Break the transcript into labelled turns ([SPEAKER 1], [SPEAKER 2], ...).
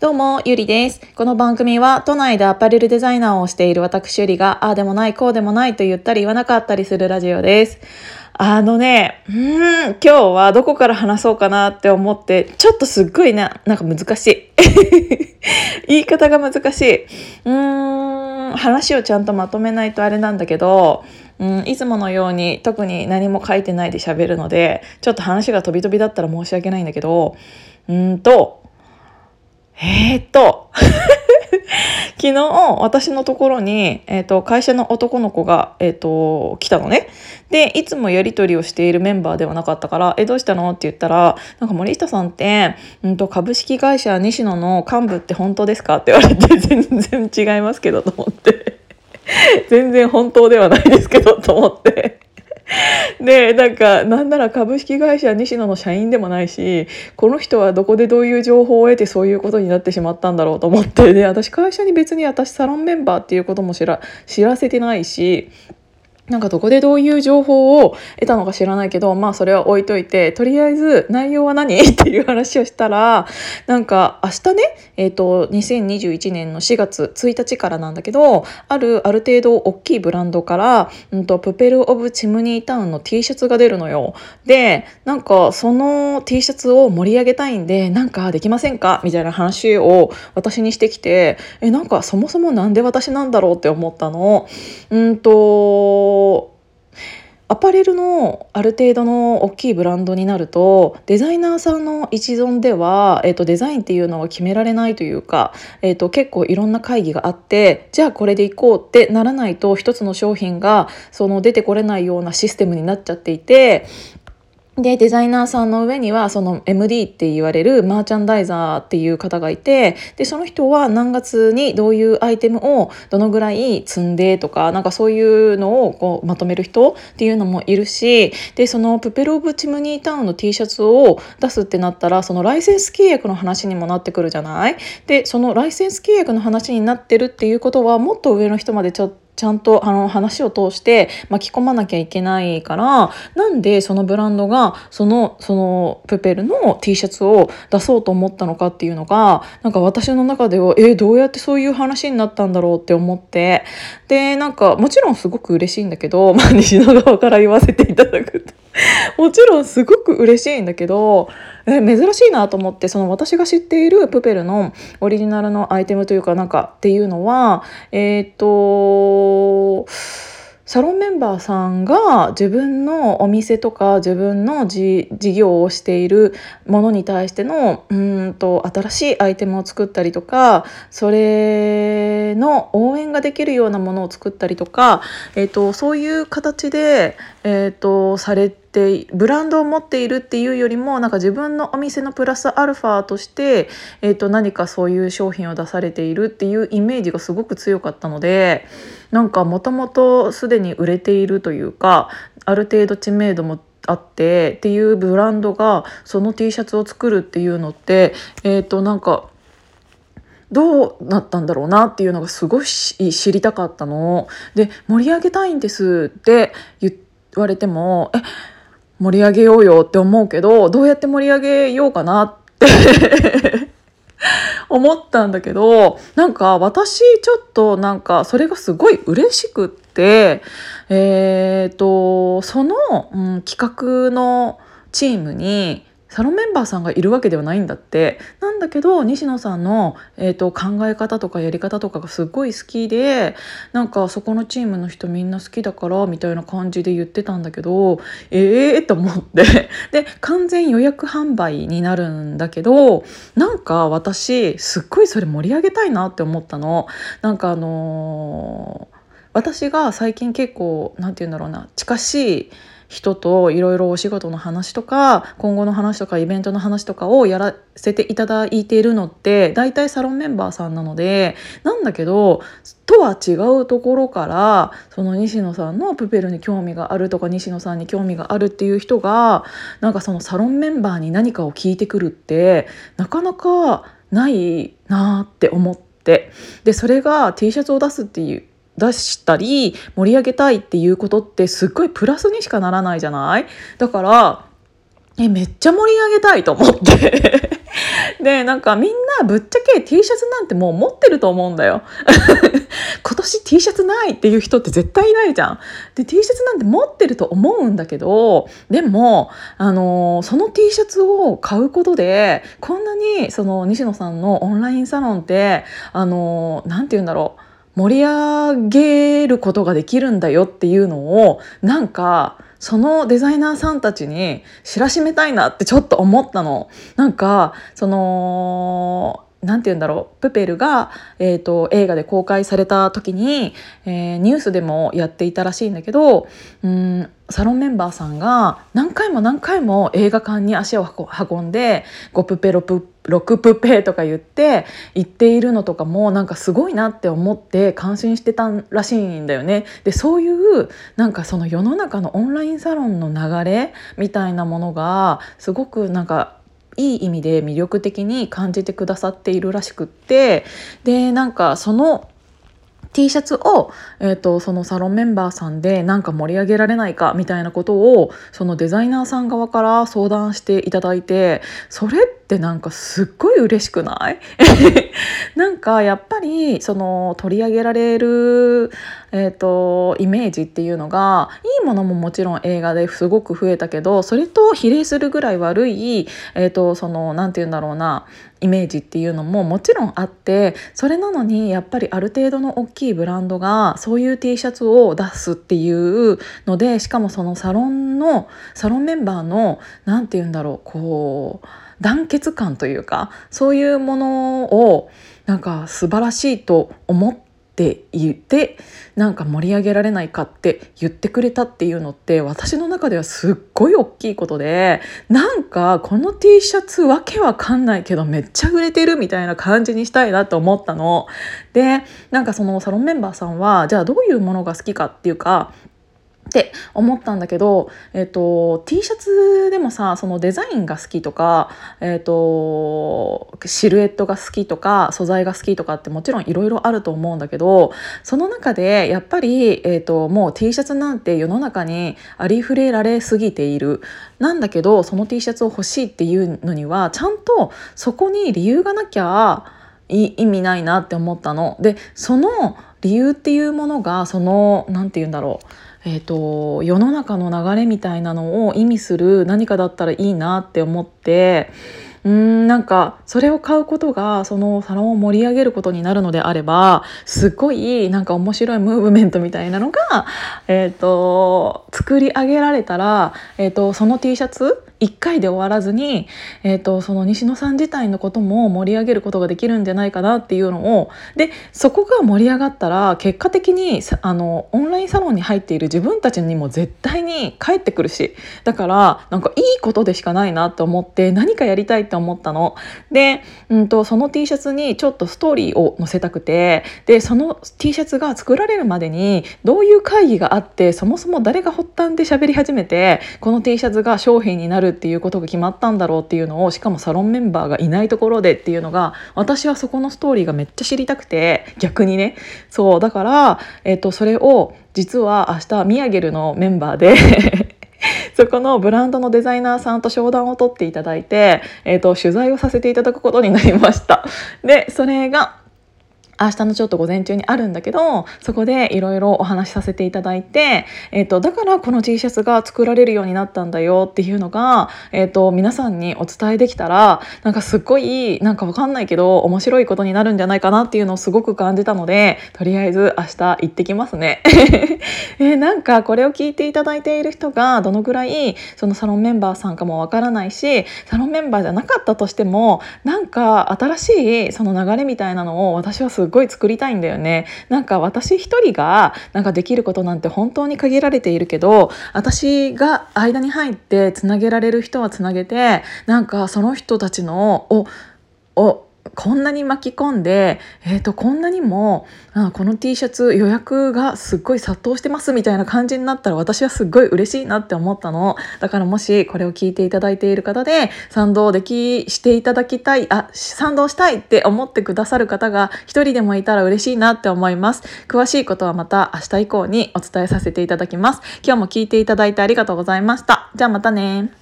[SPEAKER 1] どうも、ゆりです。この番組は都内でアパレルデザイナーをしている私ゆりが、ああでもないこうでもないと言ったり言わなかったりするラジオです。今日はどこから話そうかなって思って、ちょっとすっごいなんか難しい。言い方が難しい。話をちゃんとまとめないとあれなんだけど、いつものように特に何も書いてないで喋るので、ちょっと話が飛び飛びだったら申し訳ないんだけど、昨日私のところに、会社の男の子が、来たのね。でいつもやり取りをしているメンバーではなかったからどうしたのって言ったら、なんか森下さんって、株式会社西野の幹部って本当ですかって言われて、全然違いますけどと思って全然本当ではないですけどと思ってでなんなら株式会社西野の社員でもないし、この人はどこでどういう情報を得てそういうことになってしまったんだろうと思って、で私会社に別にサロンメンバーっていうことも知らせてないし、どこでどういう情報を得たのか知らないけど、それは置いといて、とりあえず内容は何っていう話をしたら、明日ね、2021年の4月1日からなんだけど、ある程度大きいブランドから、プペルオブチムニータウンの T シャツが出るのよ。でその T シャツを盛り上げたいんで、できませんかみたいな話を私にしてきて、そもそもなんで私なんだろうって思ったの。アパレルのある程度の大きいブランドになると、デザイナーさんの一存では、デザインっていうのは決められないというか、結構いろんな会議があって、じゃあこれでいこうってならないと一つの商品が出てこれないようなシステムになっちゃっていて、でデザイナーさんの上にはその MD って言われるマーチャンダイザーっていう方がいて、でその人は何月にどういうアイテムをどのぐらい積んでとか、そういうのをこうまとめる人っていうのもいるし、でそのプペルオブチムニータウンの T シャツを出すってなったら、そのライセンス契約の話にもなってくるじゃない。でそのライセンス契約の話になってるっていうことは、もっと上の人までちゃんと話を通して巻き込まなきゃいけないから、なんでそのブランドがそのプペルの T シャツを出そうと思ったのかっていうのが、私の中ではどうやってそういう話になったんだろうって思って、でもちろんすごく嬉しいんだけど、西野側から言わせていただくともちろんすごく嬉しいんだけど、珍しいなと思って、その私が知っているプペルのオリジナルのアイテムというかっていうのは、サロンメンバーさんが自分のお店とか自分の事業をしているものに対しての新しいアイテムを作ったりとか、それの応援ができるようなものを作ったりとか、そういう形で、されてブランドを持っているっていうよりも、自分のお店のプラスアルファとして、何かそういう商品を出されているっていうイメージがすごく強かったので、もともとすでに売れているというか、ある程度知名度もあってっていうブランドがその T シャツを作るっていうのって、どうなったんだろうなっていうのがすごい知りたかったので、盛り上げたいんですって言われても、盛り上げようよって思うけど、どうやって盛り上げようかなって思ったんだけど、私ちょっとそれがすごい嬉しくって、その、企画のチームにサロンメンバーさんがいるわけではないんだって。なんだけど西野さんの、考え方とかやり方とかがすごい好きで、そこのチームの人みんな好きだからみたいな感じで言ってたんだけど、と思ってで完全予約販売になるんだけど、私すっごいそれ盛り上げたいなって思ったの。私が最近結構近しい人といろいろお仕事の話とか今後の話とかイベントの話とかをやらせていただいているのって大体サロンメンバーさんなので、なんだけどとは違うところから、その西野さんのプペルに興味があるとか西野さんに興味があるっていう人がそのサロンメンバーに何かを聞いてくるってなかなかないなって思って、でそれが T シャツを出したり盛り上げたいっていうことってすっごいプラスにしかならないじゃない。だからめっちゃ盛り上げたいと思ってでみんなぶっちゃけ T シャツなんてもう持ってると思うんだよ今年 T シャツないっていう人って絶対いないじゃん。で T シャツなんて持ってると思うんだけど、でも、その T シャツを買うことでこんなにその西野さんのオンラインサロンってなんて言うんだろう、盛り上げることができるんだよっていうのをなんかそのデザイナーさんたちに知らしめたいなってちょっと思ったの。なんかそのなんて言うんだろう、プペルが、映画で公開された時に、ニュースでもやっていたらしいんだけど、サロンメンバーさんが何回も何回も映画館に足を運んで5プペ6プペとか言っているのとかもなんかすごいなって思って感心してたらしいんだよね。でそういうなんかその世の中のオンラインサロンの流れみたいなものがすごくなんかいい意味で魅力的に感じてくださっているらしくって、でなんかそのT シャツを、そのサロンメンバーさんでなんか盛り上げられないかみたいなことをそのデザイナーさん側から相談していただいて、それってなんかすっごい嬉しくないなんかやっぱりその取り上げられる、イメージっていうのがいいものももちろん映画ですごく増えたけど、それと比例するぐらい悪い、そのなんて言うんだろうなイメージっていうのももちろんあって、それなのにやっぱりある程度の大きいブランドがそういう T シャツを出すっていうので、しかもそのサロンメンバーのなんて言うんだろう、こう団結感というかそういうものをなんか素晴らしいと思っていて、なんか盛り上げられないかって言ってくれたっていうのって私の中ではすっごい大きいことで、なんかこの T シャツわけわかんないけどめっちゃ売れてるみたいな感じにしたいなと思ったので、なんかそのサロンメンバーさんはじゃあどういうものが好きかっていうかって思ったんだけど、T シャツでもさ、そのデザインが好きとか、シルエットが好きとか素材が好きとかってもちろんいろいろあると思うんだけど、その中でやっぱり、もう T シャツなんて世の中にありふれられすぎている。なんだけどその T シャツを欲しいっていうのにはちゃんとそこに理由がなきゃ意味ないなって思ったので、その理由っていうものがそのなんて言うんだろう、世の中の流れみたいなのを意味する何かだったらいいなって思って、なんかそれを買うことがそのサロンを盛り上げることになるのであれば、すっごいなんか面白いムーブメントみたいなのが、作り上げられたら、その T シャツ1回で終わらずに、その西野さん自体のことも盛り上げることができるんじゃないかなっていうのを、でそこが盛り上がったら結果的にオンラインサロンに入っている自分たちにも絶対に返ってくるし、だからなんかいいことでしかないなと思って何かやりたいって思ったので、その T シャツにちょっとストーリーを載せたくて、でその T シャツが作られるまでにどういう会議があって、そもそも誰が発端で喋り始めてこの T シャツが商品になるっていうことが決まったんだろうっていうのを、しかもサロンメンバーがいないところでっていうのが、私はそこのストーリーがめっちゃ知りたくて、逆にね、そうだから、それを実は明日ミヤゲルのメンバーでそこのブランドのデザイナーさんと商談を取っていただいて、取材をさせていただくことになりました。でそれが明日のちょっと午前中にあるんだけど、そこでいろいろお話しさせていただいて、だからこの T シャツが作られるようになったんだよっていうのが、皆さんにお伝えできたら、なんかすっごいなんかわかんないけど面白いことになるんじゃないかなっていうのをすごく感じたので、とりあえず明日行ってきますね。なんかこれを聞いていただいている人がどのぐらいそのサロンメンバーさんかもわからないし、サロンメンバーじゃなかったとしてもなんか新しいその流れみたいなのを私はすごい作りたいんだよね。なんか私一人がなんかできることなんて本当に限られているけど、私が間に入ってつなげられる人はつなげて、なんかその人たちのこんなに巻き込んで、こんなにもこの T シャツ予約がすっごい殺到してますみたいな感じになったら、私はすっごい嬉しいなって思ったの。だからもしこれを聞いていただいている方で賛同していただきたい、賛同したいって思ってくださる方が一人でもいたら嬉しいなって思います。詳しいことはまた明日以降にお伝えさせていただきます。今日も聞いていただいてありがとうございました。じゃあまたね。